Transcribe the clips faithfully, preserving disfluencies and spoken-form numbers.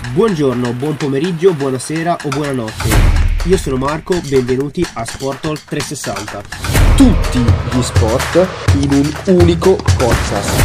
Buongiorno, buon pomeriggio, buonasera o buonanotte. Io sono Marco, benvenuti a Sporttalk trecentosessanta. Tutti gli sport in un unico podcast.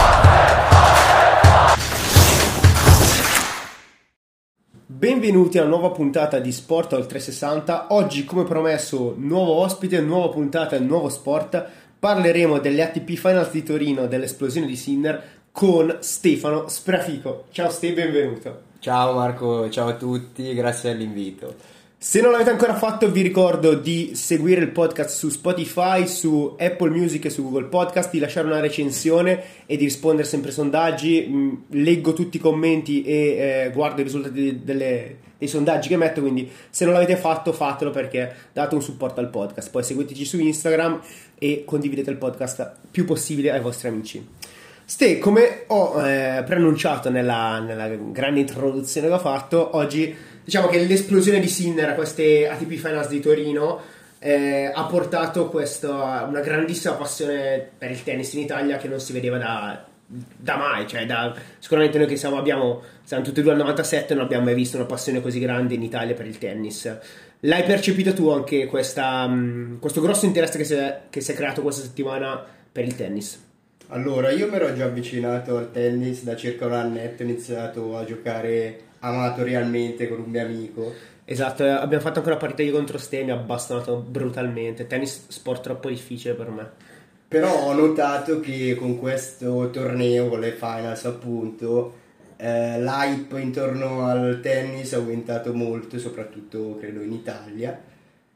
Benvenuti a una nuova puntata di Sporttalk trecentosessanta. Oggi, come promesso, nuovo ospite, nuova puntata e nuovo sport. Parleremo delle A T P Finals di Torino, dell'esplosione di Sinner con Stefano Spreafico. Ciao Ste, benvenuto. Ciao Marco, ciao a tutti, grazie dell'invito. Se non l'avete ancora fatto, vi ricordo di seguire il podcast su Spotify, su Apple Music e su Google Podcast, di lasciare una recensione e di rispondere sempre ai sondaggi. Leggo tutti i commenti e eh, guardo i risultati delle, dei sondaggi che metto, quindi se non l'avete fatto, fatelo perché date un supporto al podcast. Poi seguiteci su Instagram e condividete il podcast più possibile ai vostri amici. Ste, come ho eh, preannunciato nella, nella grande introduzione che ho fatto, oggi diciamo che l'esplosione di Sinner a queste A T P Finals di Torino eh, ha portato questa, una grandissima passione per il tennis in Italia che non si vedeva da, da mai, cioè da, sicuramente noi che siamo, abbiamo, siamo tutti e due al novantasette, non abbiamo mai visto una passione così grande in Italia per il tennis. L'hai percepito tu anche questa, mh, questo grosso interesse che si, è, che si è creato questa settimana per il tennis? Allora, io mi ero già avvicinato al tennis da circa un annetto, ho iniziato a giocare amatorialmente con un mio amico. Esatto, abbiamo fatto anche una partita contro Ste, mi ha bastonato brutalmente. Tennis sport troppo difficile per me. Però ho notato che con questo torneo, con le finals appunto, eh, l'hype intorno al tennis è aumentato molto, soprattutto credo in Italia.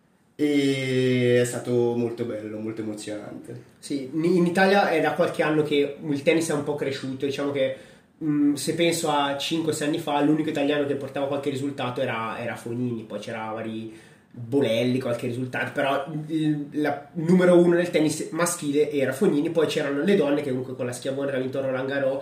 E è stato molto bello, molto emozionante. Sì, in Italia è da qualche anno che il tennis è un po' cresciuto, diciamo che mh, se penso a cinque sei anni fa l'unico italiano che portava qualche risultato era, era Fognini, poi c'era vari Bolelli, qualche risultato, però il la, numero uno nel tennis maschile era Fognini, poi c'erano le donne che comunque con la Schiavone aveva vinto Roland Garros,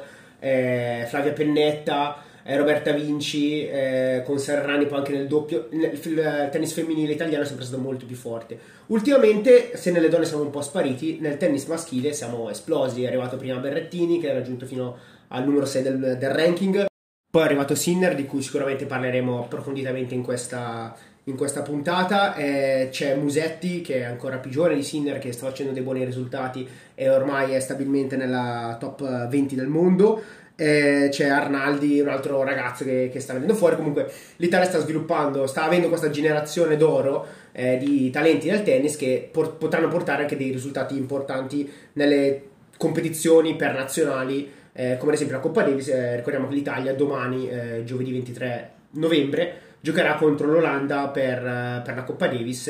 eh, Flavia Pennetta, eh, Roberta Vinci, eh, con Serrani poi anche nel doppio. Il, il tennis femminile italiano è sempre stato molto più forte. Ultimamente, se nelle donne siamo un po' spariti, nel tennis maschile siamo esplosi. È arrivato prima Berrettini che è raggiunto fino al numero sei del, del ranking, poi è arrivato Sinner, di cui sicuramente parleremo approfonditamente in questa, in questa puntata. Eh, c'è Musetti che è ancora più giovane di Sinner, che sta facendo dei buoni risultati e ormai è stabilmente nella top venti del mondo. Eh, c'è Arnaldi, un altro ragazzo che, che sta venendo fuori. Comunque l'Italia sta sviluppando, sta avendo questa generazione d'oro eh, di talenti del tennis che por- potranno portare anche dei risultati importanti nelle competizioni per nazionali, eh, come ad esempio la Coppa Davis. Eh, ricordiamo che l'Italia domani, eh, giovedì ventitré novembre, giocherà contro l'Olanda per, per la Coppa Davis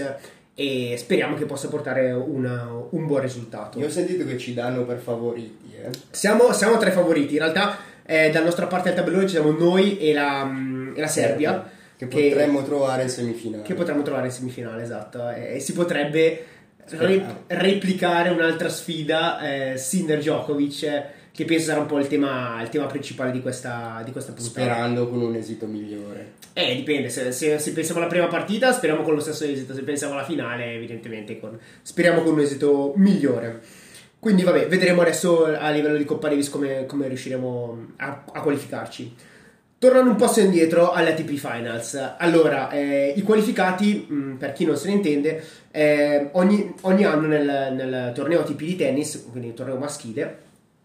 e speriamo che possa portare una, un buon risultato. Io ho sentito che ci danno per favoriti, eh. Siamo, siamo tra i favoriti, in realtà eh, dalla nostra parte del tabellone ci siamo noi e la, e la Serbia che, che potremmo trovare in semifinale. Che potremmo trovare in semifinale, esatto, e, e si potrebbe re, replicare un'altra sfida, eh, Sinner-Djokovic, che penso sarà un po' il tema, il tema principale di questa, di questa puntata. Sperando con un esito migliore. Eh, dipende, se, se, se pensiamo alla prima partita speriamo con lo stesso esito, se pensiamo alla finale evidentemente con, speriamo con un esito migliore. Quindi vabbè, vedremo adesso a livello di Coppa Davis come, come riusciremo a, a qualificarci. Tornando un passo indietro alle A T P Finals. Allora, eh, i qualificati, mh, per chi non se ne intende, eh, ogni, ogni anno nel, nel torneo A T P di tennis, quindi il torneo maschile,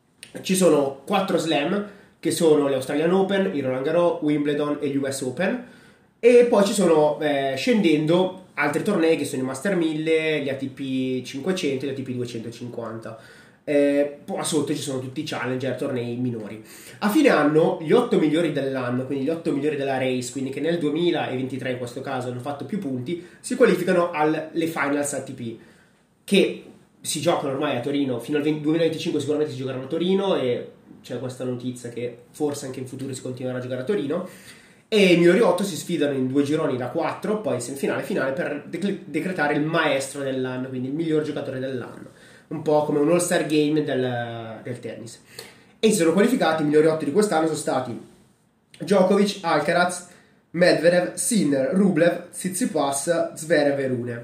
ci sono quattro slam, che sono l'Australian Open, il Roland Garros, Wimbledon e gli U S Open, e poi ci sono, eh, scendendo, altri tornei che sono i Master mille, gli A T P cinquecento e gli A T P duecentocinquanta. Eh, poi sotto ci sono tutti i challenger, tornei minori. A fine anno gli otto migliori dell'anno, quindi gli otto migliori della race, quindi che nel duemilaventitré in questo caso hanno fatto più punti, si qualificano alle finals A T P, che si giocano ormai a Torino fino al duemilaventicinque. Sicuramente si giocheranno a Torino e c'è questa notizia che forse anche in futuro si continuerà a giocare a Torino, e i migliori otto si sfidano in due gironi da quattro, poi semifinale e finale, per decretare il maestro dell'anno, quindi il miglior giocatore dell'anno, un po' come un all-star game del, del tennis. E si sono qualificati. I migliori otto di quest'anno sono stati Djokovic, Alcaraz, Medvedev, Sinner, Rublev, Tsitsipas, Zverev e Rune.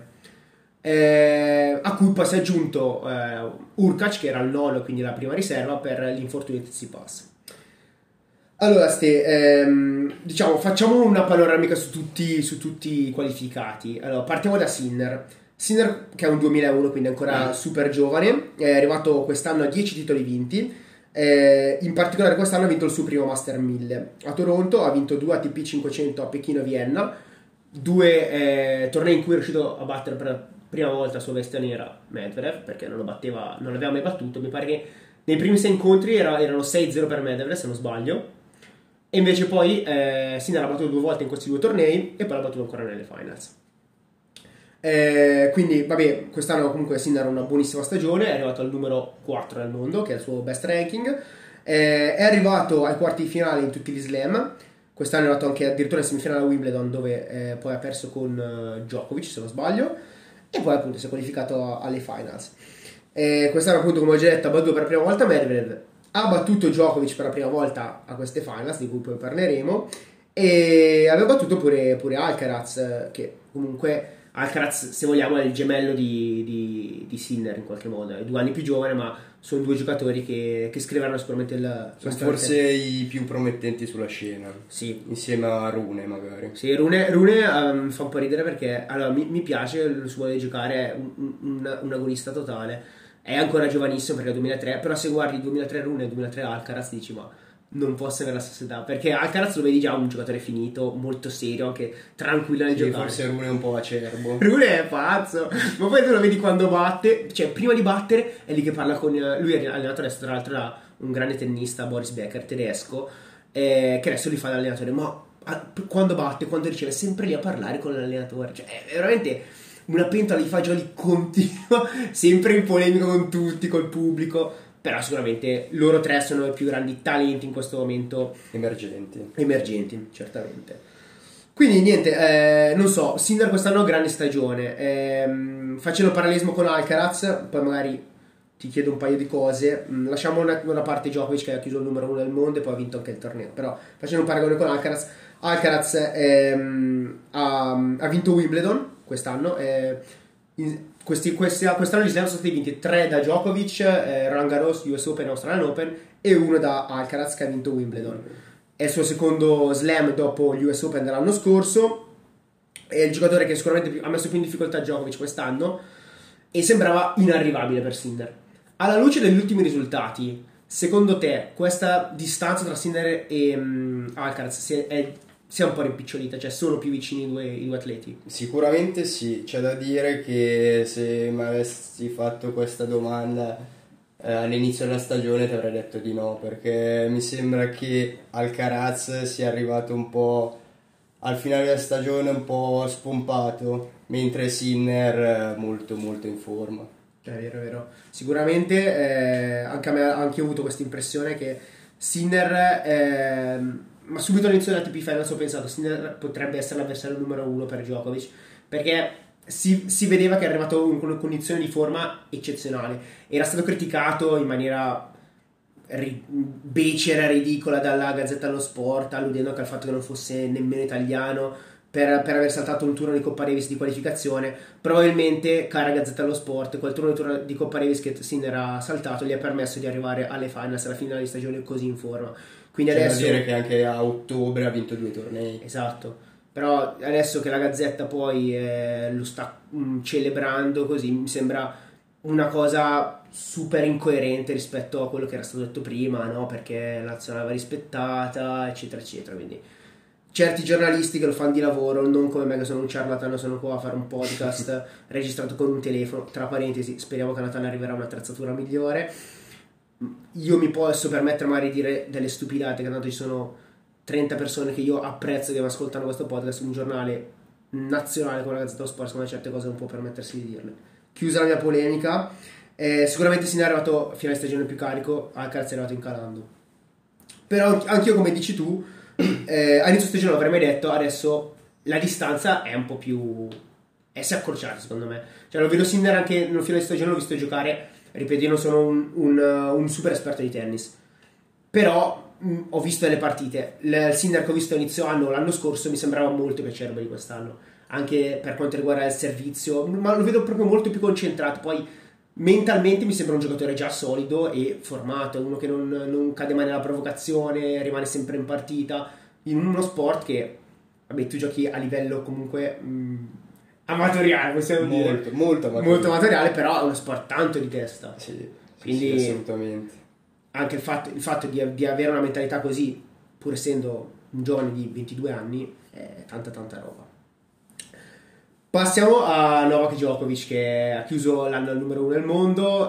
Eh, a cui poi si è aggiunto eh, Urkac, che era il nono, quindi la prima riserva per l'infortunio di Tsitsipas. Allora, Ste, ehm, diciamo, facciamo una panoramica su tutti, su tutti i qualificati. Allora, partiamo da Sinner. Sinner, che è un duemilauno, quindi ancora super giovane, è arrivato quest'anno a dieci titoli vinti. Eh, in particolare quest'anno ha vinto il suo primo Master mille a Toronto, ha vinto due A T P cinquecento a Pechino e Vienna, due eh, tornei in cui è riuscito a battere per la prima volta sulla bestia nera Medvedev, perché non lo batteva, non l'aveva mai battuto. Mi pare che nei primi sei incontri era, erano sei a zero per Medvedev, se non sbaglio. E invece poi eh, Sinner l'ha battuto due volte in questi due tornei e poi l'ha battuto ancora nelle finals. Eh, quindi, vabbè, quest'anno comunque Sinner ha una buonissima stagione, è arrivato al numero quattro nel mondo, che è il suo best ranking. Eh, è arrivato ai quarti di finale in tutti gli slam. Quest'anno è arrivato anche addirittura in semifinale a Wimbledon, dove eh, poi ha perso con uh, Djokovic, se non sbaglio. E poi appunto si è qualificato alle finals. Eh, quest'anno appunto, come ho già detto, ha battuto per la prima volta Medvedev, ha battuto Djokovic per la prima volta a queste finals, di cui poi parleremo, e aveva battuto pure, pure Alcaraz, che comunque Alcaraz, se vogliamo, è il gemello di, di, di Sinner in qualche modo, è due anni più giovane, ma sono due giocatori che, che scriveranno sicuramente il... Sono forse i più promettenti sulla scena, sì, insieme a Rune magari. Sì, Rune, Rune um, fa un po' ridere perché allora, mi, mi piace il suo modo di giocare, è un, un, un agonista totale. È ancora giovanissimo perché è duemilatré, però se guardi duemilatré Rune e duemilatré Alcaraz dici ma non posso avere la stessa età, perché Alcaraz lo vedi già un giocatore finito, molto serio, anche tranquillo nel Sì, giocare. forse Rune è un po' acerbo. Rune è pazzo, ma poi tu lo vedi quando batte, cioè prima di battere è lì che parla con... Lui è allenato adesso tra l'altro da un grande tennista, Boris Becker, tedesco, eh, che adesso li fa l'allenatore, ma quando batte, quando riceve, è sempre lì a parlare con l'allenatore, cioè è veramente... una pentola di fagioli continua, sempre in polemica con tutti, col pubblico, però sicuramente loro tre sono i più grandi talenti in questo momento Emergenti. emergenti, certamente. Quindi niente, eh, non so, Sinner quest'anno grande stagione, eh, facendo parallelismo con Alcaraz, poi magari ti chiedo un paio di cose, mm, lasciamo una, una parte Djokovic che ha chiuso il numero uno del mondo e poi ha vinto anche il torneo, però facendo un paragone con Alcaraz, Alcaraz ehm, ha, ha vinto Wimbledon quest'anno, eh, in, questi, questi, quest'anno gli slam sono stati vinti tre da Djokovic, eh, Roland Garros, U S Open, Australian Open, e uno da Alcaraz che ha vinto Wimbledon. È il suo secondo slam dopo gli U S Open dell'anno scorso, è il giocatore che sicuramente più, ha messo più in difficoltà Djokovic quest'anno e sembrava inarrivabile per Sinner. Alla luce degli ultimi risultati, secondo te questa distanza tra Sinner e um, Alcaraz si è, è si è un po' rimpicciolita, cioè sono più vicini i due, i due atleti? Sicuramente sì, c'è da dire che se mi avessi fatto questa domanda eh, all'inizio della stagione ti avrei detto di no, perché mi sembra che Alcaraz sia arrivato un po' al finale della stagione un po' spompato, mentre Sinner eh, molto molto in forma. È vero, è vero. Sicuramente eh, anche a me, anche io ho avuto questa impressione che Sinner... Eh, ma subito all'inizio della T P Finals ho pensato Sinner potrebbe essere l'avversario numero uno per Djokovic, perché si, si vedeva che è arrivato in una condizione di forma eccezionale. Era stato criticato in maniera ri- becera, ridicola dalla Gazzetta dello Sport, alludendo anche al fatto che non fosse nemmeno italiano per, per aver saltato un turno di Coppa Davis di qualificazione. Probabilmente, cara Gazzetta dello Sport, quel turno di, turno di Coppa Davis che Sinner ha saltato gli ha permesso di arrivare alle finals alla finale di stagione così in forma. Quindi c'è adesso... da dire che anche a ottobre ha vinto due tornei. Esatto, però adesso che la Gazzetta poi eh, lo sta mh, celebrando così, mi sembra una cosa super incoerente rispetto a quello che era stato detto prima, no? Perché la nazionale va rispettata, eccetera, eccetera. Quindi certi giornalisti che lo fanno di lavoro, non come me che sono un ciarlatano, sono qua a fare un podcast registrato con un telefono, tra parentesi, speriamo che a Natale arriverà un'attrezzatura migliore. Io mi posso permettere magari di dire delle stupidate, che tanto ci sono trenta persone che io apprezzo che mi ascoltano questo podcast, un giornale nazionale come la Gazzetta dello Sport, secondo me certe cose non può permettersi di dirle. Chiusa la mia polemica, eh, sicuramente Sinner è arrivato fino alla stagione più carico, Alcaraz è arrivato incalando, però anch'io come dici tu eh, a inizio stagione l'avrei mai detto, adesso la distanza è un po' più è si è accorciata secondo me, cioè lo vedo Sinner anche nel fine di stagione, l'ho visto giocare. Ripeto, io non sono un, un, un super esperto di tennis, però mh, ho visto delle partite. Il Sinner che ho visto inizio anno, l'anno scorso, mi sembrava molto piacevole di quest'anno, anche per quanto riguarda il servizio, ma lo vedo proprio molto più concentrato. Poi mentalmente mi sembra un giocatore già solido e formato, uno che non, non cade mai nella provocazione, rimane sempre in partita, in uno sport che, vabbè, tu giochi a livello comunque mh, amatoriale, possiamo molto, dire. Molto amatoriale. Molto amatoriale, però è uno sport tanto di testa. Sì, Quindi sì, assolutamente. Anche il fatto, il fatto di, di avere una mentalità così, pur essendo un giovane di ventidue anni, è tanta tanta roba. Passiamo a Novak Djokovic, che ha chiuso l'anno al numero uno del mondo,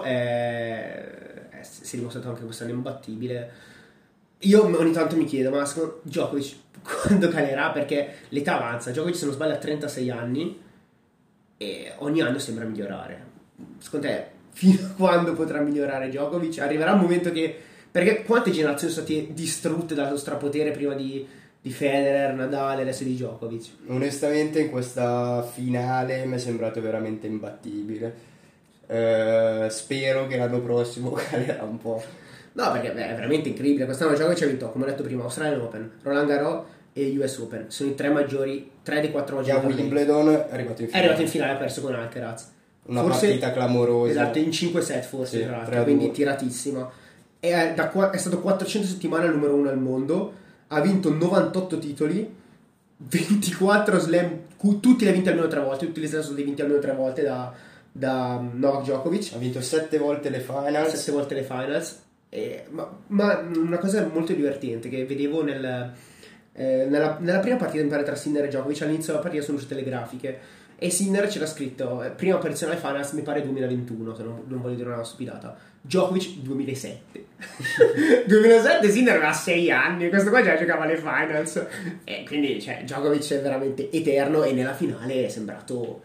è, è, si è dimostrato anche quest'anno imbattibile. Io ogni tanto mi chiedo, ma secondo Djokovic quando calerà? Perché l'età avanza. Djokovic, se non sbaglio, ha trentasei anni e ogni anno sembra migliorare. Secondo te, fino a quando potrà migliorare Djokovic? Arriverà un momento che... Perché quante generazioni sono state distrutte dal strapotere prima di, di Federer, Nadal e adesso di Djokovic? Onestamente in questa finale mi è sembrato veramente imbattibile. Eh, spero che l'anno prossimo calerà un po'. No, perché beh, è veramente incredibile. Quest'anno Djokovic ha vinto, come ho detto prima, Australian Open, Roland Garros e U S Open. Sono i tre maggiori, tre dei quattro maggiori. E a Wimbledon è arrivato in finale. È arrivato in finale, ha perso con Alcaraz. Una forse, partita clamorosa. Esatto, in cinque set forse, sì, tra l'altro, quindi tiratissima. È, da, è stato quattrocento settimane al numero uno al mondo, ha vinto novantotto titoli, ventiquattro slam, tutti li ha vinti almeno tre volte, tutti gli slam sono stati vinti almeno tre volte da, da Novak Djokovic. Ha vinto sette volte le finals. Sette volte le finals. Eh, ma, ma una cosa molto divertente che vedevo nel, eh, nella, nella prima partita mi pare tra Sinner e Djokovic, all'inizio della partita sono uscite le grafiche e Sinner c'era scritto eh, prima apparizione alle finals mi pare duemilaventuno, se non, non voglio dire una stupidata, Djokovic duemilasette. duemilasette Sinner aveva sei anni, questo qua già giocava alle finals e quindi cioè, Djokovic è veramente eterno e nella finale è sembrato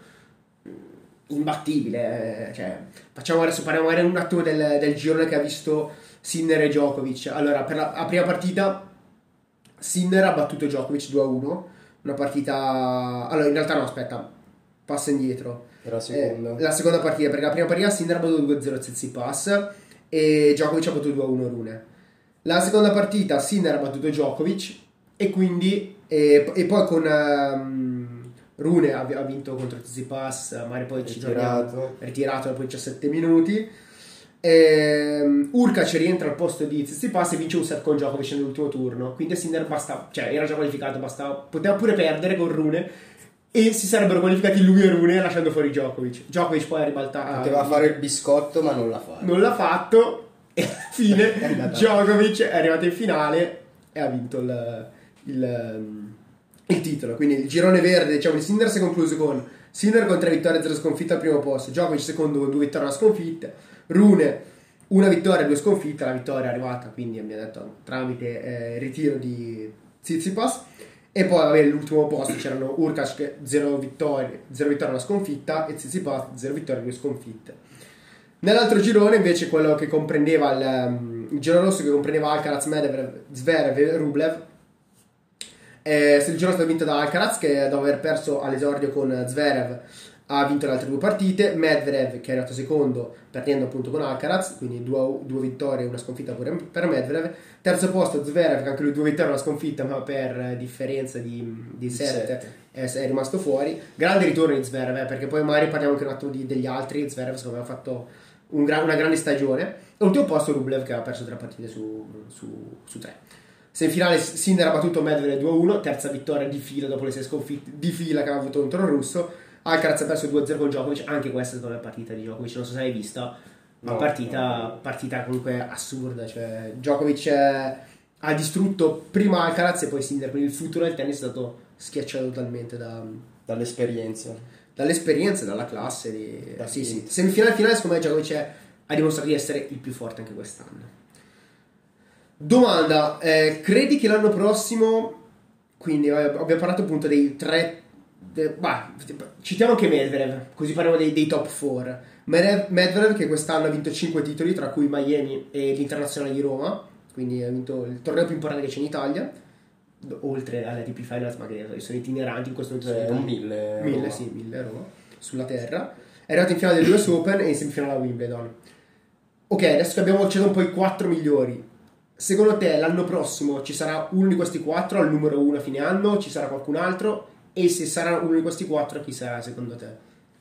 imbattibile. Cioè, facciamo adesso parliamo magari un attimo del, del girone che ha visto Sinner e Djokovic. Allora, per la, la prima partita Sinner ha battuto Djokovic due a uno, una partita, allora in realtà no, aspetta, passa indietro. La seconda. Eh, la seconda partita, perché la prima partita Sinner ha battuto due a zero Tsitsipas e Djokovic ha battuto due a uno Rune. La seconda partita Sinner ha battuto Djokovic e quindi e, e poi con um, Rune ha, ha vinto contro Tsitsipas, magari poi ci ritirato ritirato dopo diciassette minuti. Ehm, Urkac rientra al posto di Tsitsipas e vince un set con Djokovic nell'ultimo turno, quindi Sinner basta, cioè era già qualificato, bastava, poteva pure perdere con Rune e si sarebbero qualificati lui e Rune lasciando fuori Djokovic. Djokovic poi ha ribaltato, poteva fare il biscotto ma non l'ha fatto non l'ha fatto e alla fine Djokovic è arrivato in finale e ha vinto il, il, il titolo. Quindi il girone verde, diciamo, di Sinner si è concluso con Sinner con tre vittorie e zero sconfitte al primo posto, Djokovic secondo con due vittorie e una sconfitta, Rune una vittoria e due sconfitte, la vittoria è arrivata quindi abbiamo detto tramite eh, ritiro di Tsitsipas, e poi vabbè, l'ultimo posto c'erano Urkac zero vittorie zero vittorie e una sconfitta e Tsitsipas zero vittorie e due sconfitte. Nell'altro girone invece, quello che comprendeva il, il girone rosso, che comprendeva Alcaraz, Medvedev, Zverev e Rublev, eh, il girone è stato vinto da Alcaraz, che dopo aver perso all'esordio con Zverev ha vinto le altre due partite. Medvedev, che è arrivato secondo perdendo appunto con Alcaraz, quindi due, due vittorie e una sconfitta pure per Medvedev. Terzo posto Zverev, che anche lui due vittorie e una sconfitta, ma per differenza di, di set è, è rimasto fuori. Grande ritorno di Zverev, eh, perché poi magari parliamo anche un attimo di, degli altri. Zverev secondo me ha fatto un gra- una grande stagione. L'ultimo posto Rublev, che ha perso tre partite su, su, su tre. Semifinale Sinner ha battuto Medvedev due a uno, terza vittoria di fila dopo le sei sconfitte di fila che aveva avuto contro il russo. Alcaraz ha perso due a zero con Djokovic, anche questa è stata la partita di Djokovic, non so se l'hai vista, ma no, partita, no. partita comunque assurda, cioè Djokovic è, ha distrutto prima Alcaraz e poi Sinner, quindi il futuro del tennis è stato schiacciato totalmente da, dall'esperienza dall'esperienza, dalla classe di, da sì, sì. Semifinale finale secondo me Djokovic è, ha dimostrato di essere il più forte anche quest'anno. Domanda, eh, credi che l'anno prossimo, quindi eh, abbiamo parlato appunto dei tre, de, bah, citiamo anche Medvedev, così parliamo dei, dei top quattro. Medvedev, che quest'anno ha vinto cinque titoli, tra cui Miami e l'Internazionale di Roma, quindi ha vinto il torneo più importante che c'è in Italia, oltre alle A T P Finals, ma che sono itineranti in questo momento. È un mille mille, sì, mille a Roma, sulla terra. È arrivato in finale dell'U S Open e in semifinale a Wimbledon. Ok, adesso che abbiamo scelto un po' i quattro migliori, secondo te l'anno prossimo ci sarà uno di questi quattro al numero uno a fine anno? Ci sarà qualcun altro? E se sarà uno di questi quattro, chi sarà secondo te?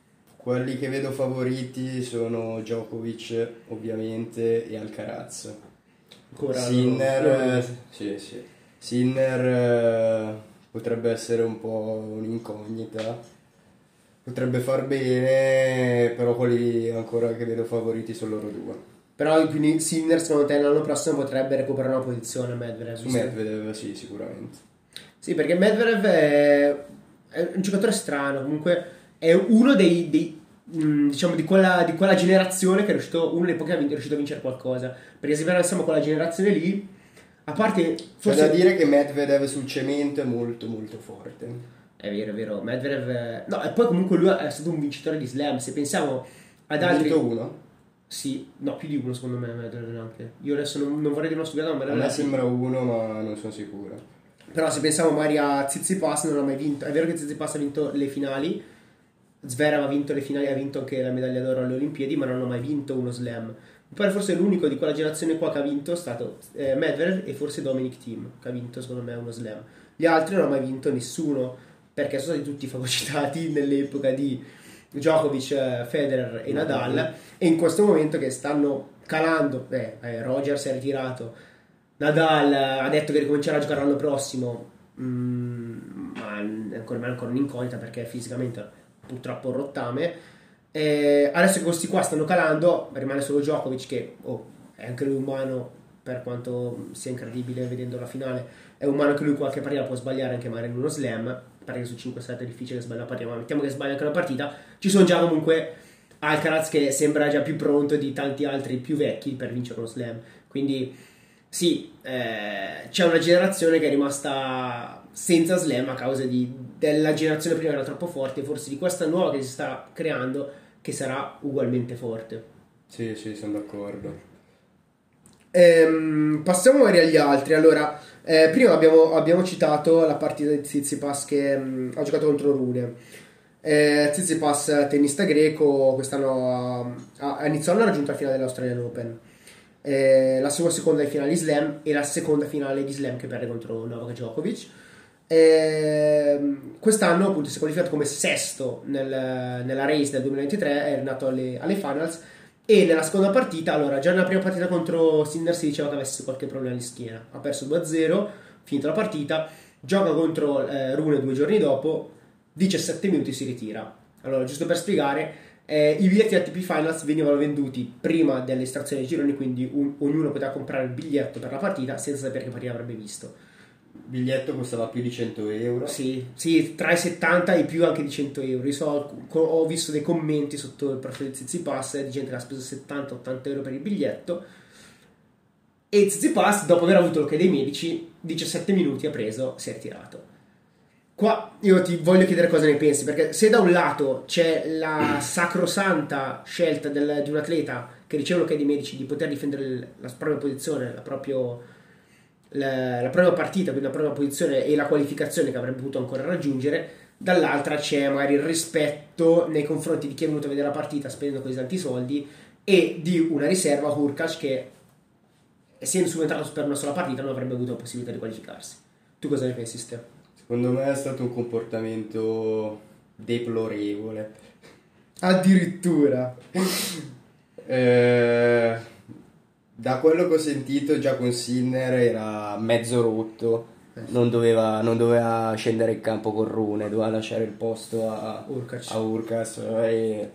Quelli che vedo favoriti sono Djokovic, ovviamente, e Alcaraz. Ancora Sinner, no. eh, sì, sì. Sinner eh, potrebbe essere un po' un'incognita, potrebbe far bene, però quelli ancora che vedo favoriti sono loro due. Però quindi Sinner secondo te l'anno prossimo potrebbe recuperare una posizione Medvedev? Su visto- Medvedev sì, sicuramente. Sì, perché Medvedev è, è un giocatore strano, comunque è uno dei, dei, mh, diciamo di quella, di quella generazione che è riuscito, uno dei pochi che è riuscito a vincere qualcosa. Perché se pensiamo a quella generazione lì, a parte C'è forse da dire che Medvedev sul cemento è molto molto forte. è vero, è vero, Medvedev è- no, e poi comunque lui è stato un vincitore di slam, se pensiamo ad Ha altri. vinto uno? Sì, no, più di uno secondo me Medvedev anche. Io adesso non, non vorrei dire una stupidata, ma A non me è sembra uno, ma non sono sicuro. Però se pensiamo magari a Tsitsipas non ha mai vinto. È vero che Tsitsipas ha vinto le finali, Zverev ha vinto le finali, ha vinto anche la medaglia d'oro alle Olimpiadi, ma non ha mai vinto uno slam. Mi pare forse l'unico di quella generazione qua che ha vinto è stato eh, Medvedev e forse Dominic Thiem, che ha vinto secondo me uno slam. Gli altri non ha mai vinto nessuno, perché sono stati tutti fagocitati nell'epoca di Djokovic, eh, Federer e Nadal, e in questo momento che stanno calando, eh, eh, Roger si è ritirato, Nadal ha detto che ricomincerà a giocare l'anno prossimo, mm, ma è ancora, ma è ancora un'incognita perché fisicamente purtroppo un rottame. E adesso che questi qua stanno calando, rimane solo Djokovic che oh, è anche lui umano, per quanto sia incredibile vedendo la finale, è umano che lui qualche partita può sbagliare anche magari in uno slam, perché su cinque set è difficile che sbagli una partita, ma mettiamo che sbaglia anche una partita, ci sono già comunque Alcaraz che sembra già più pronto di tanti altri più vecchi per vincere uno slam, quindi sì, eh, c'è una generazione che è rimasta senza slam a causa di, della generazione prima che era troppo forte, forse di questa nuova che si sta creando che sarà ugualmente forte. Sì, sì, sono d'accordo. Ehm, passiamo magari agli altri. Allora, eh, prima abbiamo, abbiamo citato la partita di Tsitsipas che mh, ha giocato contro Rune. Eh, Tsitsipas, tennista greco, quest'anno ha, a inizio anno ha raggiunto la finale dell'Australian Open. Eh, la sua seconda finale slam e la seconda finale di slam che perde contro Novak Djokovic. Eh, quest'anno appunto si è qualificato come sesto nel, nella race del duemilaventitré, è andato alle, alle finals. E nella seconda partita, allora già nella prima partita contro Sinner si diceva che avesse qualche problema di schiena, ha perso due a zero, finita la partita, gioca contro eh, Rune due giorni dopo, diciassette minuti si ritira. Allora, giusto per spiegare, eh, i biglietti A T P Finals venivano venduti prima dell'estrazione dei gironi, quindi un, ognuno poteva comprare il biglietto per la partita senza sapere che partita avrebbe visto. Il biglietto costava più di cento euro. Sì, sì, tra i settanta e più anche di cento euro. Io so, ho visto dei commenti sotto il profilo di Tsitsipas di gente che ha speso settanta ottanta euro per il biglietto. E Tsitsipas, dopo aver avuto l'ok dei medici, diciassette minuti ha preso, si è ritirato. Qua io ti voglio chiedere cosa ne pensi, perché se da un lato c'è la sacrosanta scelta del, di un atleta che riceve l'ok dei medici di poter difendere la propria posizione, la propria... La, la prima partita, quindi la prima posizione e la qualificazione che avrebbe potuto ancora raggiungere, dall'altra c'è magari il rispetto nei confronti di chi è venuto a vedere la partita spendendo così tanti soldi e di una riserva Hurkacz che essendo subentrato per una sola partita non avrebbe avuto la possibilità di qualificarsi. Tu cosa ne pensi, Ste? Secondo me è stato un comportamento deplorevole. Addirittura Eh, da quello che ho sentito già con Sinner era mezzo rotto, non doveva, non doveva scendere in campo con Rune, doveva lasciare il posto a Hurkacz. a Hurkacz e,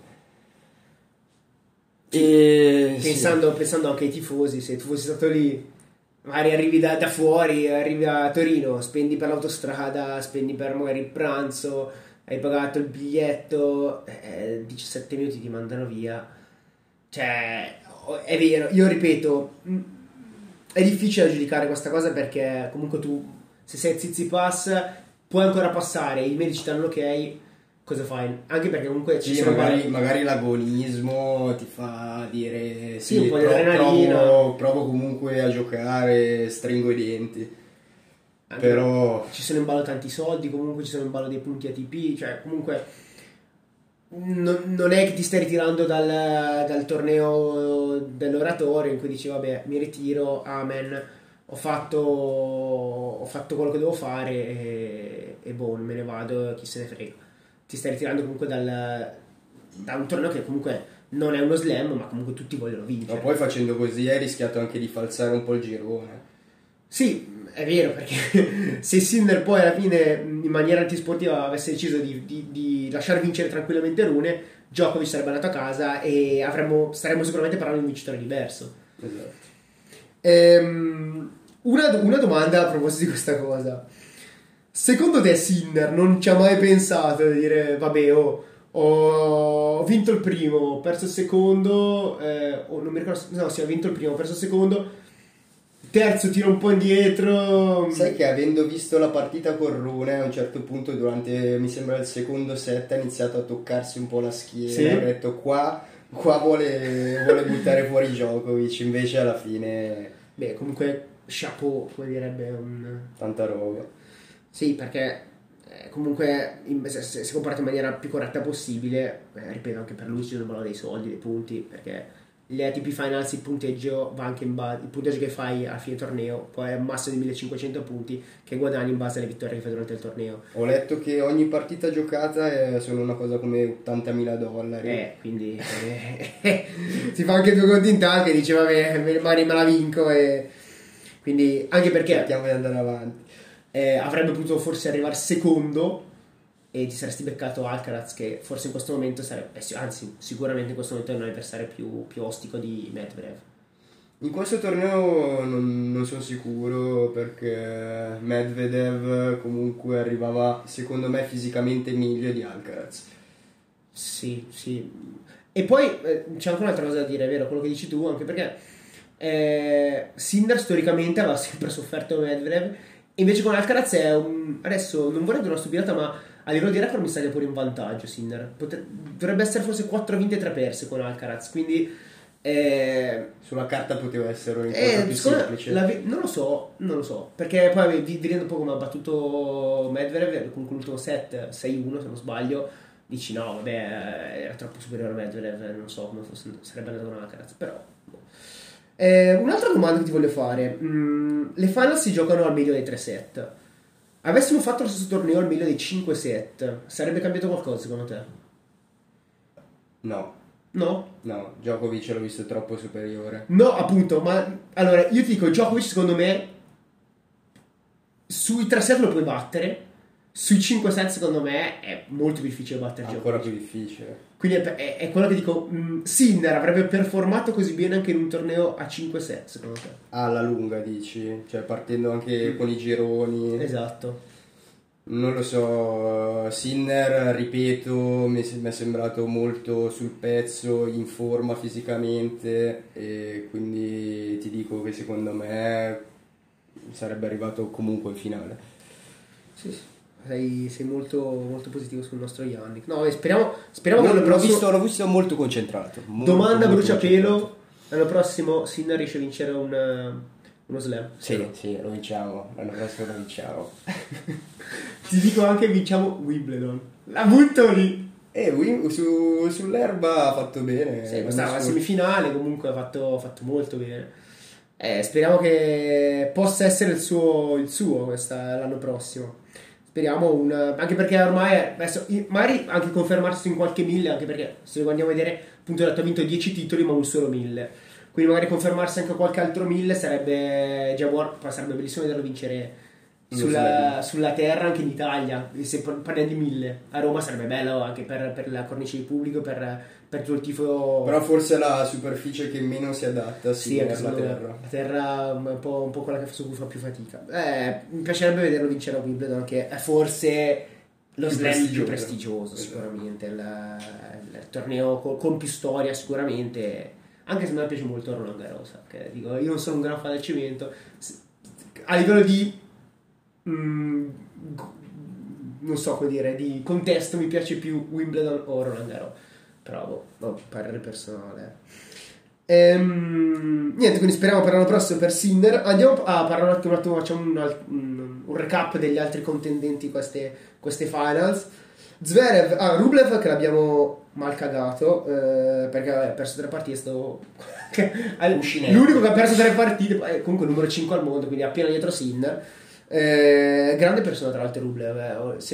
e Pensando, pensando anche ai tifosi, se tu fossi stato lì, magari arrivi da, da fuori, arrivi a Torino, spendi per l'autostrada, spendi per magari il pranzo, hai pagato il biglietto, eh, diciassette minuti ti mandano via. Cioè, è vero, io ripeto, mh, è difficile giudicare questa cosa perché comunque tu, se sei Tsitsipas, puoi ancora passare, i medici danno l'ok, cosa fai? Anche perché comunque ci sì, sono magari, vari- magari l'agonismo ti fa dire Sì, sì, un po' di pro- adrenalina. provo, provo comunque a giocare, stringo i denti. Anche Però ci sono in ballo tanti soldi, comunque ci sono in ballo dei punti A T P, cioè comunque non, non è che ti stai ritirando dal, dal torneo dell'oratorio in cui dici vabbè mi ritiro, amen, ho fatto, ho fatto quello che devo fare e, e boh, me ne vado, chi se ne frega. Ti stai ritirando comunque dal, da un torneo che comunque non è uno slam, ma comunque tutti vogliono vincere. Ma poi facendo così hai rischiato anche di falsare un po' il girone. Sì, è vero, perché se Sinner poi alla fine in maniera antisportiva avesse deciso di, di, di lasciar vincere tranquillamente Rune, Djokovic sarebbe andato a casa e avremmo, staremmo sicuramente parlando di un vincitore diverso. Esatto. Ehm, una, una domanda a proposito di questa cosa. Secondo te Sinner non ci ha mai pensato di dire vabbè, oh, ho vinto il primo, ho perso il secondo, eh, o non mi ricordo, no, sì, ho vinto il primo, ho perso il secondo, terzo tiro un po' indietro. Sai che avendo visto la partita con Rune a un certo punto durante, mi sembra il secondo set, ha iniziato a toccarsi un po' la schiena, sì? Ho detto qua, qua vuole, vuole buttare fuori Djokovic, invece alla fine... Beh, comunque chapeau, come direbbe un... Tanta roba. Sì, perché eh, comunque in, se, se si comporta in maniera più corretta possibile, eh, ripeto, anche per lui ci sono valore dei soldi, dei punti, perché le A T P Finals il punteggio va anche in base, il punteggio che fai a fine torneo poi è un massimo di millecinquecento punti che guadagni in base alle vittorie che fai durante il torneo. Ho letto che ogni partita giocata è, sono una cosa come ottantamila dollari. Eh, quindi eh, si fa anche due conti in tasca e dice vabbè, magari me la vinco, e quindi anche perché cerchiamo di andare avanti. Eh, avrebbe potuto forse arrivare secondo e ti saresti beccato Alcaraz, che forse in questo momento sarebbe, eh, anzi sicuramente in questo momento è un avversario più, più ostico di Medvedev. In questo torneo non, non sono sicuro, perché Medvedev comunque arrivava secondo me fisicamente meglio di Alcaraz. Sì, sì. E poi eh, c'è anche un'altra cosa da dire, è vero quello che dici tu, anche perché eh, Sinner storicamente aveva sempre sofferto Medvedev. Invece con Alcaraz è un... adesso non vorrei dire una stupidata, ma a livello di record mi sa che è pure in vantaggio Sinner. Potre... dovrebbe essere forse quattro vinte e tre perse con Alcaraz, quindi eh... sulla carta poteva essere un incontro eh, più secondo... semplice. la... non lo so, non lo so, perché poi vedendo un po' come ha battuto Medvedev con l'ultimo set sei uno se non sbaglio, dici no vabbè era troppo superiore a Medvedev, non so come fosse... sarebbe andato con Alcaraz, però Eh, un'altra domanda che ti voglio fare. Mm, le final si giocano al meglio dei tre set. Avessimo fatto lo stesso torneo al meglio dei cinque set, sarebbe cambiato qualcosa secondo te? No, No? no, Djokovic l'ho visto troppo superiore. No, appunto, ma allora io ti dico, Djokovic secondo me sui tre set lo puoi battere, sui cinque set secondo me è molto difficile battere Ancora Djokovic. più difficile. Quindi è, è, è quello che dico, mh, Sinner avrebbe performato così bene anche in un torneo a cinque set secondo te? Alla lunga dici, cioè partendo anche Mm. con i gironi. Esatto. Non lo so, Sinner, ripeto, mi è mi è sembrato molto sul pezzo, in forma fisicamente, e quindi ti dico che secondo me sarebbe arrivato comunque in finale. Sì, sì. Sei, sei molto, molto positivo sul nostro Yannick. No, e speriamo, speriamo No, che l'anno l'ho, prossimo... visto, l'ho visto molto concentrato. molto, Domanda molto bruciapelo, concentrato. l'anno prossimo Sinner riesce a vincere un, uno slam? Sì, sì, lo vinciamo, l'anno prossimo lo vinciamo. Ti dico anche vinciamo Wimbledon. La butto lì. E Wim- su, sull'erba ha fatto bene. Sì, l'anno questa è la scorso. semifinale, comunque ha fatto, ha fatto molto bene. Eh, speriamo che possa essere il suo, il suo questa, l'anno prossimo. Speriamo un, anche perché ormai adesso magari anche confermarsi in qualche mille, anche perché se lo andiamo a vedere appunto ha vinto dieci titoli ma un solo mille, quindi magari confermarsi anche qualche altro mille sarebbe già buono, poi sarebbe bellissimo vederlo vincere sulla, sulla terra anche in Italia, se parliamo di mille a Roma sarebbe bello anche per, per la cornice di pubblico, per, per tutto il tifo. Però forse è la superficie che meno si adatta sì, Sì, anche alla secondo me terra. la terra è un po', un po' quella che su cui fa più fatica. Eh, mi piacerebbe vederlo vincere a Wimbledon, che è forse lo Più slam più prestigioso. prestigioso Esatto. sicuramente, il, il torneo con, con più storia sicuramente, anche se a me piace molto Roland Garros, che dico, io non sono un gran fan del cemento, a livello di mm, non so come dire, di contesto mi piace più Wimbledon o Roland Garros, però boh, no, parere personale. Ehm, niente, quindi speriamo per l'anno prossimo per Sinner. Andiamo a parlare un attimo, un attimo facciamo un, un, un recap degli altri contendenti queste, queste finals. Zverev, ah, Rublev che l'abbiamo mal cagato eh, perché ha perso tre partite, è stato l'unico che ha perso tre partite, è comunque numero cinque al mondo, quindi appena dietro Sinner. Eh, grande persona tra l'altro Rublev, eh. Se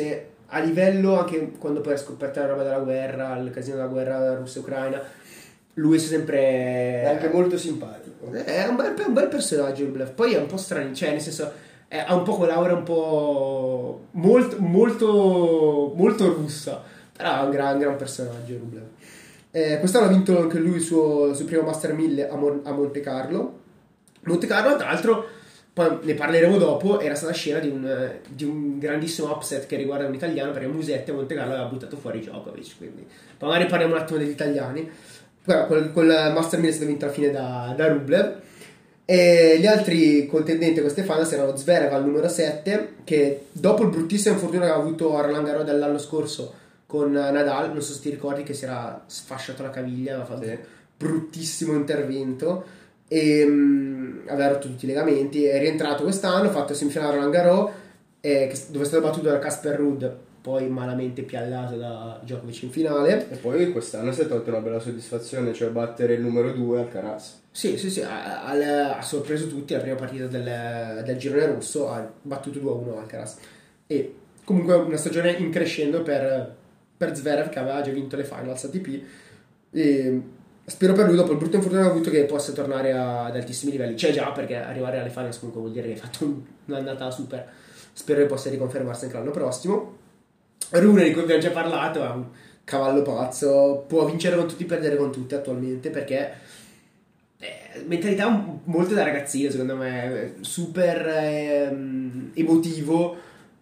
a livello, anche quando poi è scoperta la roba della guerra, il casino della guerra russa-ucraina, lui è sempre... È anche molto simpatico. È un bel, un bel personaggio Rublev, poi è un po' strano, cioè nel senso è, ha un po' quell'aura un po' molto molto molto russa, però è un gran, gran personaggio Rublev. Eh, quest'anno ha vinto anche lui il suo, il suo primo Master mille a, Mon- a Monte Carlo. Monte Carlo, tra l'altro, poi ne parleremo dopo, era stata scena di un, di un grandissimo upset che riguarda un italiano, perché Musetti a Monte Carlo aveva buttato fuori Djokovic, quindi poi magari parliamo un attimo degli italiani. Guarda, quel, quel Master mille è stato vinto alla fine da, da Rublev. E gli altri contendenti a queste finals erano Zverev al numero sette, che dopo il bruttissimo infortunio che aveva avuto a Roland Garros dell'anno scorso con Nadal, non so se ti ricordi, che si era sfasciato la caviglia, aveva fatto un bruttissimo intervento e um, aveva rotto tutti i legamenti. È rientrato quest'anno, ha fatto semifinale a Roland Garros, eh, che, dove è stato battuto da Casper Ruud, poi malamente piallato da Djokovic in finale. E poi quest'anno si è tolto una bella soddisfazione, cioè battere il numero due Alcaraz. Sì, sì, sì, ha, ha, ha sorpreso tutti la prima partita del, del girone rosso, ha battuto due a uno Alcaraz. E comunque una stagione in crescendo per, per Zverev, che aveva già vinto le finals A T P. E spero per lui, dopo il brutto infortunio che ha avuto, che possa tornare a, ad altissimi livelli. C'è già, perché arrivare alle finals comunque vuol dire che hai fatto un, un'andata super. Spero che possa riconfermarsi anche l'anno prossimo. Rune, di cui abbiamo già parlato, è un cavallo pazzo, può vincere con tutti, perdere con tutti attualmente, perché eh, mentalità molto da ragazzino, secondo me, super eh, emotivo,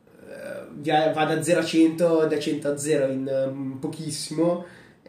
eh, va da zero a cento, da cento a zero in um, pochissimo,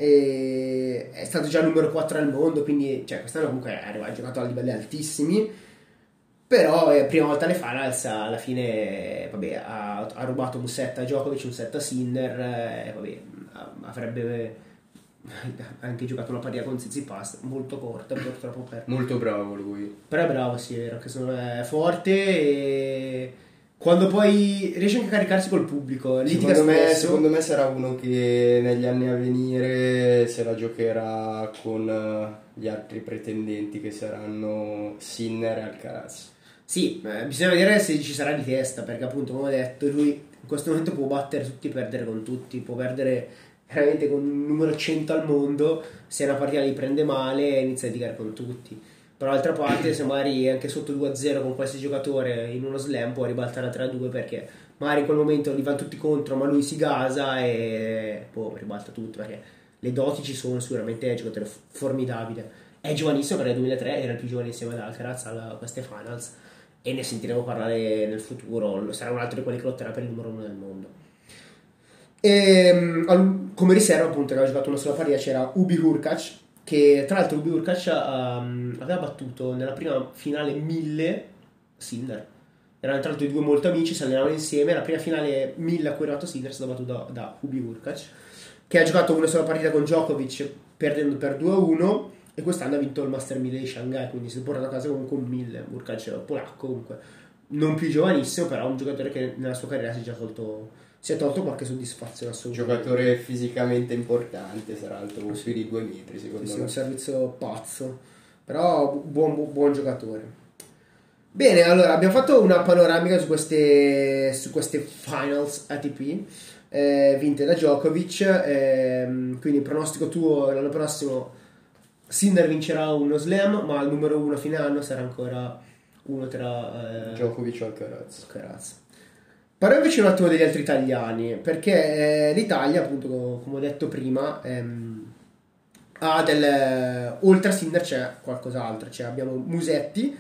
e è stato già numero quattro al mondo, quindi cioè, quest'anno comunque è arrivato, ha giocato a livelli altissimi. Però è prima volta alle finals, alla fine vabbè, ha, ha rubato un set a Djokovic, un set a Sinner, eh, vabbè, avrebbe anche giocato una partita con Tsitsipas molto corta, purtroppo per... Molto bravo lui. Però è bravo, sì, è vero, che sono è forte e quando poi riesce anche a caricarsi col pubblico, litiga secondo me, spesso. secondo me sarà uno che negli anni a venire se la giocherà con gli altri pretendenti che saranno Sinner e Alcaraz. Sì, eh, bisogna vedere se ci sarà di testa, perché appunto, come ho detto, lui in questo momento può battere tutti e perdere con tutti, può perdere veramente con un numero cento al mondo, se una partita li prende male inizia a litigare con tutti. Per l'altra parte, se magari anche sotto due a zero con qualsiasi giocatore in uno slam può ribaltare a tre a due, perché magari in quel momento li vanno tutti contro, ma lui si gasa e poi ribalta tutto, perché le doti ci sono, sicuramente è un giocatore formidabile. È giovanissimo, perché nel duemilatré era il più giovane insieme ad Alcaraz a queste finals, e ne sentiremo parlare nel futuro, sarà un altro di quelli che lotterà per il numero uno del mondo. E come riserva, appunto, che aveva giocato una sola partita, c'era Ubi Hurkacz, che tra l'altro Ubi Hurkacz um, aveva battuto nella prima finale mille Sinner. Erano tra l'altro i due molto amici, si allenavano insieme. La prima finale mille a cui è arrivato Sinner è stata battuta da, da Ubi Hurkacz, che ha giocato una sola partita con Djokovic perdendo per due a uno, e quest'anno ha vinto il Master mille di Shanghai, quindi si è portato a casa comunque un mille. Hurkacz è polacco, comunque non più giovanissimo, però un giocatore che nella sua carriera si è già tolto, si è tolto qualche soddisfazione assolutamente. Giocatore fisicamente importante, sarà alto più di due metri secondo sì, me. Sì, un servizio pazzo, però buon, buon, buon giocatore. Bene, allora abbiamo fatto una panoramica su queste, su queste finals A T P eh, vinte da Djokovic, eh, quindi il pronostico tuo l'anno prossimo: Sinner vincerà uno slam, ma il numero uno a fine anno sarà ancora uno tra eh, Djokovic o Alcaraz. Alcaraz. Parliamo invece un attimo degli altri italiani, perché eh, l'Italia, appunto, come ho detto prima, ehm, ha del, oltre a Sinner c'è qualcos'altro. Cioè abbiamo Musetti,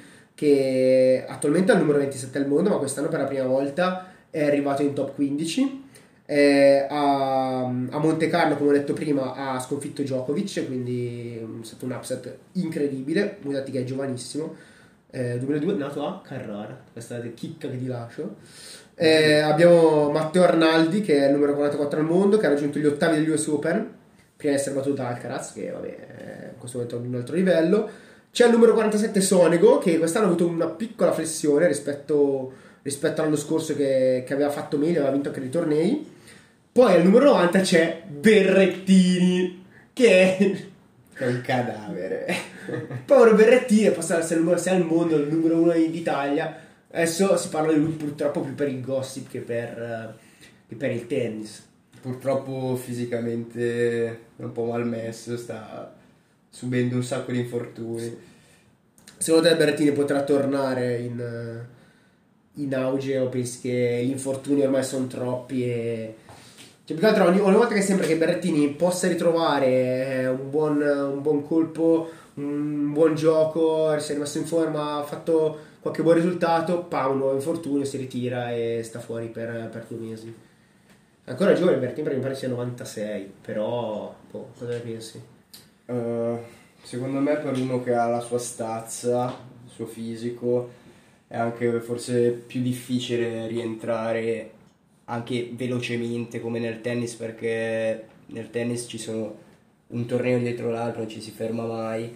che attualmente è al numero ventisette al mondo, ma quest'anno per la prima volta è arrivato in top quindici. Eh, a, a Monte Carlo, come ho detto prima, ha sconfitto Djokovic, quindi è stato un upset incredibile. Musetti, che è giovanissimo, eh, duemiladue, nato a Carrara, questa è la chicca che ti lascio. Eh, abbiamo Matteo Arnaldi, che è il numero quarantaquattro al mondo, che ha raggiunto gli ottavi degli U S Open prima di essere battuto da Alcaraz, che vabbè, è in questo momento è ad un altro livello. C'è il numero quarantasette Sonego, che quest'anno ha avuto una piccola flessione rispetto, rispetto all'anno scorso, che, che aveva fatto meglio, aveva vinto anche dei tornei. Poi al numero novanta c'è Berrettini, che è è un cadavere. povero Berrettini, passa essere il numero sei al mondo, il numero uno d'Italia. Adesso si parla di lui purtroppo più per il gossip che per, che che per il tennis. Purtroppo fisicamente è un po' malmesso, sta subendo un sacco di infortuni. Secondo te Berrettini potrà tornare in, in auge o pensi che gli infortuni ormai sono troppi e... Cioè, più che altro ogni, ogni volta che sembra che Berrettini possa ritrovare un buon, un buon colpo, un buon gioco, si è rimasto in forma, ha fatto qualche buon risultato, pa, un nuovo infortunio, si ritira e sta fuori per, per due mesi. Ancora giovane Berrettini, perché mi pare sia novantasei, però boh, cosa ne pensi? Uh, secondo me per uno che ha la sua stazza, il suo fisico, è anche forse più difficile rientrare anche velocemente come nel tennis, perché nel tennis ci sono un torneo dietro l'altro, non ci si ferma mai.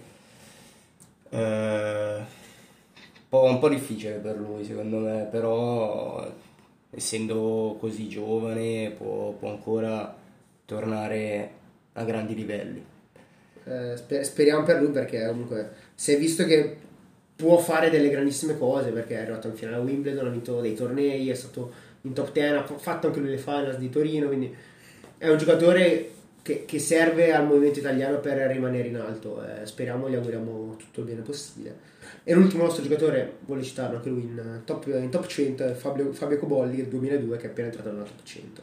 Uh, un, po', un po' difficile per lui secondo me, però essendo così giovane può, può ancora tornare a grandi livelli. Eh, sper- speriamo per lui, perché comunque si è visto che può fare delle grandissime cose, perché è arrivato in finale a Wimbledon, ha vinto dei tornei, è stato in top dieci, ha fatto anche lui le finals di Torino, quindi è un giocatore che, che serve al movimento italiano per rimanere in alto. Eh, speriamo, gli auguriamo tutto il bene possibile. E l'ultimo nostro giocatore, vuole citarlo anche lui in top, in top cento, è Fabio, Fabio Cobolli del duemiladue, che è appena entrato nella top cento.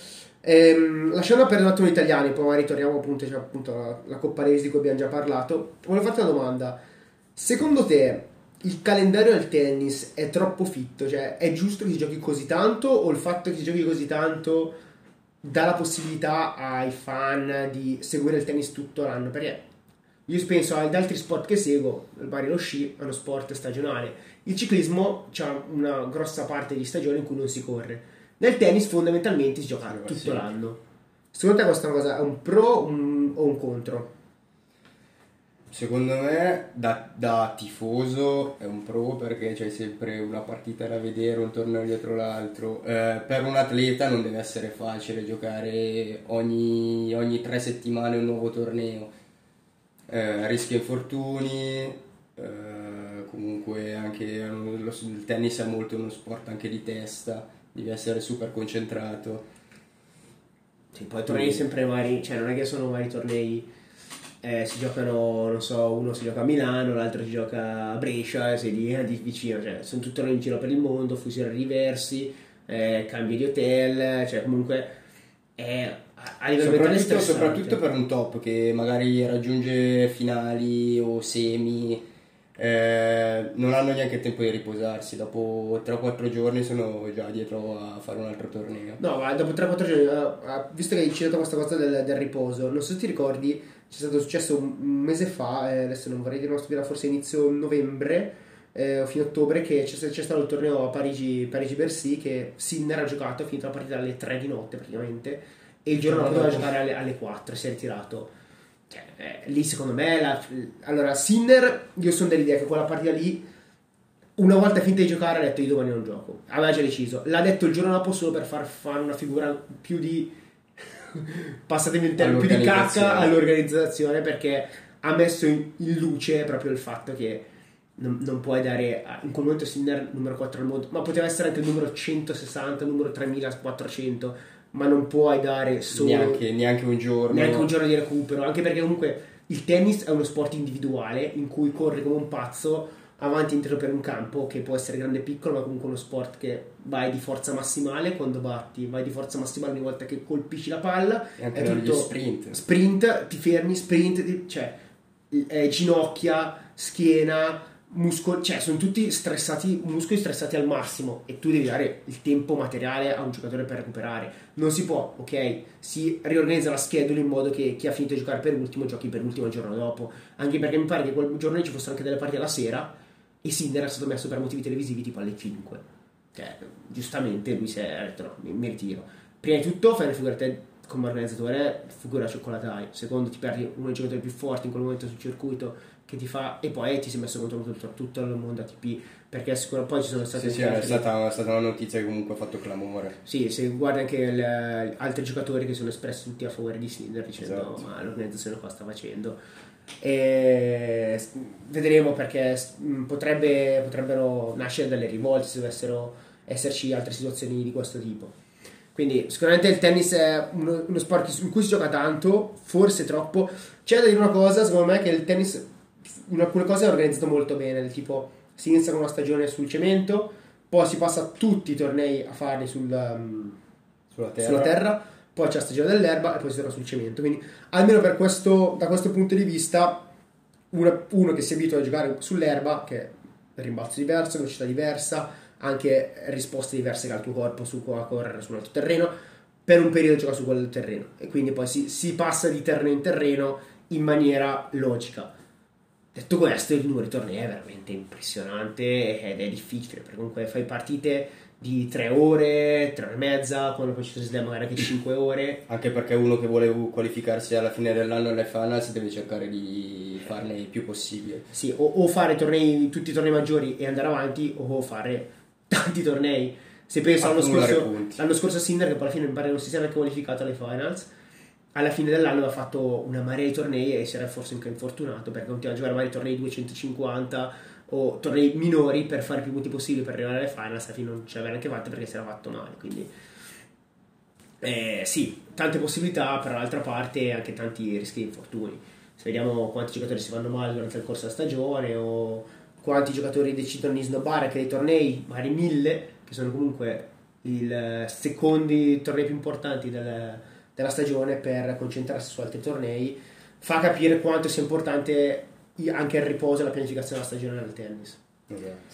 Ehm, lasciando perdere un attimo gli italiani, poi magari torniamo appunto, cioè, appunto alla, alla Coppa Davis di cui abbiamo già parlato. Volevo farti una domanda: secondo te il calendario del tennis è troppo fitto? Cioè, è giusto che si giochi così tanto, o il fatto che si giochi così tanto dà la possibilità ai fan di seguire il tennis tutto l'anno? Perché io penso ad altri sport che seguo, magari lo sci è uno sport stagionale, il ciclismo c'ha una grossa parte di stagione in cui non si corre. Nel tennis fondamentalmente si gioca tutto sì. l'anno. Secondo te questa è una cosa, è un pro un, o un contro? Secondo me da, da tifoso è un pro, perché c'è sempre una partita da vedere, un torneo dietro l'altro. Eh, per un atleta non deve essere facile giocare ogni, ogni tre settimane un nuovo torneo. Eh, rischia infortuni, eh, comunque anche lo, il tennis è molto uno sport anche di testa, devi essere super concentrato. Sì, poi tornei sempre vari, cioè non è che sono vari tornei, eh, si giocano, non so, uno si gioca a Milano, l'altro si gioca a Brescia, sei lì eh, di vicino, cioè sono tutti in giro per il mondo, fusi orari diversi, eh, cambi di hotel, cioè comunque è a livello mentale Soprattutto, stressante. soprattutto per un top che magari raggiunge finali o semi, eh, non hanno neanche tempo di riposarsi, dopo tre o quattro giorni sono già dietro a fare un altro torneo. No, ma dopo tre o quattro giorni, eh, visto che hai citato questa cosa del, del riposo, non so se ti ricordi, c'è stato successo un un mese fa, eh, adesso non vorrei dire una stupidità, forse inizio novembre eh, o fine ottobre, che c'è, c'è stato il torneo a Parigi, Parigi-Bercy, che Sinner ha giocato, ha finito la partita alle tre di notte praticamente, e il giorno dopo doveva giocare alle, alle quattro, si è ritirato. Cioè, eh, lì secondo me la, allora Sinner, io sono dell'idea che quella partita lì, una volta finita di giocare, ha detto io domani non gioco, aveva già deciso, l'ha detto il giorno dopo solo per far fare una figura più di passatemi il termine, più di cacca all'organizzazione, perché ha messo in, in luce proprio il fatto che non, non puoi dare in quel momento Sinner numero quattro al mondo, ma poteva essere anche il numero centosessanta, il numero tremilaquattrocento, ma non puoi dare solo neanche, neanche un giorno neanche un giorno di recupero, anche perché comunque il tennis è uno sport individuale in cui corri come un pazzo avanti e indietro per un campo che può essere grande e piccolo, ma comunque uno sport che vai di forza massimale quando batti, vai di forza massimale ogni volta che colpisci la palla, e anche è tutto sprint sprint, ti fermi, sprint, cioè eh, ginocchia, schiena, muscoli, cioè sono tutti stressati, muscoli stressati al massimo, e tu devi dare il tempo materiale a un giocatore per recuperare. Non si può, ok, si riorganizza la schedule in modo che chi ha finito di giocare per ultimo giochi per ultimo il giorno dopo, anche perché mi pare che quel giorno lì ci fossero anche delle partite alla sera e Sinner è stato messo per motivi televisivi tipo alle cinque, cioè giustamente lui si è detto no, mi, mi ritiro. Prima di tutto fai una figura te come organizzatore, figura cioccolatai, secondo ti perdi uno dei giocatori più forti in quel momento sul circuito che ti fa, e poi ti sei messo contro tutto, tutto il mondo A T P, perché sicuro poi ci sono state sì, sì, è stata, è stata una notizia che comunque ha fatto clamore. Sì, se guardi anche il, altri giocatori che sono espressi tutti a favore di Sinner dicendo esatto. Ma l'organizzazione qua sta facendo, e vedremo, perché potrebbe, potrebbero nascere delle rivolte se dovessero esserci altre situazioni di questo tipo. Quindi sicuramente il tennis è uno, uno sport in cui si gioca tanto, forse troppo. C'è da dire una cosa, secondo me, che il tennis in alcune cose è organizzato molto bene, del tipo si inizia con una stagione sul cemento, poi si passa tutti i tornei a farli sul, um, Sulla terra. sulla terra, poi c'è la stagione dell'erba e poi si torna sul cemento. Quindi almeno per questo, da questo punto di vista, uno, uno che si abitua a giocare sull'erba, che è rimbalzo diverso, velocità diversa, anche risposte diverse che ha il tuo corpo su a correre su un altro terreno, per un periodo gioca su quel terreno e quindi poi si, si passa di terreno in terreno in maniera logica. Detto questo, il numero di tornei è veramente impressionante ed è difficile, perché comunque fai partite di tre ore, tre ore e mezza, quando poi ci sono magari anche cinque ore. Anche perché uno che vuole qualificarsi alla fine dell'anno alle finals deve cercare di farne il più possibile. Sì, o, o fare tornei, tutti i tornei maggiori e andare avanti, o fare tanti tornei. Se penso l'anno scorso, l'anno scorso a Sinner, che poi alla fine mi pare non si sia neanche qualificato alle finals, alla fine dell'anno aveva fatto una marea di tornei e si era forse anche infortunato perché continuava a giocare magari tornei duecentocinquanta o tornei minori per fare più punti possibili per arrivare alle finals. Alla fine non ce l'aveva neanche fatta perché si era fatto male, quindi eh, sì, tante possibilità, per l'altra parte anche tanti rischi di infortuni. Se vediamo quanti giocatori si vanno male durante il corso della stagione o quanti giocatori decidono di snobbare anche dei tornei, magari mille, che sono comunque i secondi tornei più importanti del, della stagione, per concentrarsi su altri tornei, fa capire quanto sia importante anche il riposo e la pianificazione della stagione del tennis. Esatto.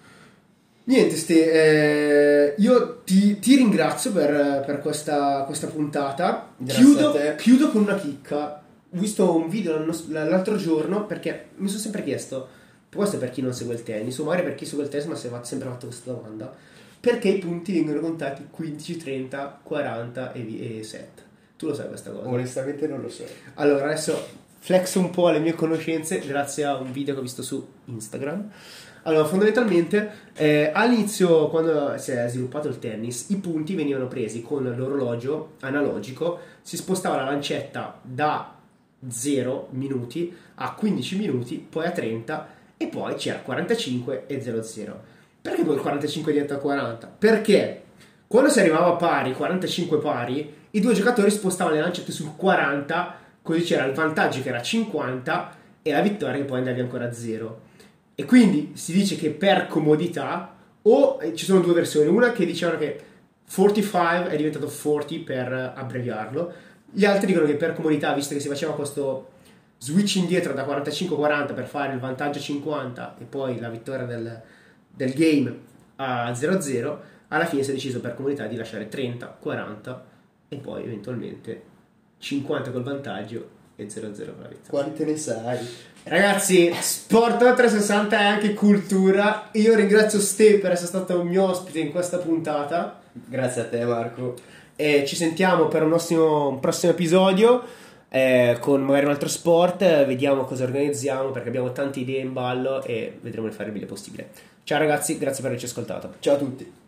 Niente Ste, eh, io ti, ti ringrazio per, per questa, questa puntata. Chiudo, chiudo con una chicca. Ho visto un video l'altro giorno, perché mi sono sempre chiesto, questo è per chi non segue il tennis, o magari per chi segue il tennis ma si è sempre fatto questa domanda: perché i punti vengono contati quindici, trenta, quaranta e, e sette? Tu lo sai questa cosa? Onestamente non lo so. Allora adesso flexo un po' le mie conoscenze grazie a un video che ho visto su Instagram. Allora, fondamentalmente eh, all'inizio, quando si è sviluppato il tennis, i punti venivano presi con l'orologio analogico, si spostava la lancetta da zero minuti a quindici minuti, poi a trenta, e poi c'era quarantacinque e zero zero. Perché poi il quarantacinque diventa quaranta? Perché quando si arrivava a pari, quarantacinque pari, i due giocatori spostavano le lancette sul quaranta, così c'era il vantaggio che era cinquanta e la vittoria che poi andavi ancora a zero. E quindi si dice che per comodità, o eh, ci sono due versioni, una che dicevano che quarantacinque è diventato quaranta per abbreviarlo, gli altri dicono che per comodità, visto che si faceva questo switch indietro da quarantacinque a quaranta per fare il vantaggio cinquanta e poi la vittoria del, del game a zero zero, alla fine si è deciso per comodità di lasciare trenta, quaranta e poi eventualmente cinquanta col vantaggio e zero zero per la vittoria. Quante ne sai? Ragazzi, Sport trecentosessanta è anche cultura. Io ringrazio Ste per essere stato un mio ospite in questa puntata. Grazie a te, Marco. E ci sentiamo per un prossimo, un prossimo episodio eh, con magari un altro sport. Vediamo cosa organizziamo, perché abbiamo tante idee in ballo e vedremo di fare il meglio possibile. Ciao ragazzi, grazie per averci ascoltato. Ciao a tutti.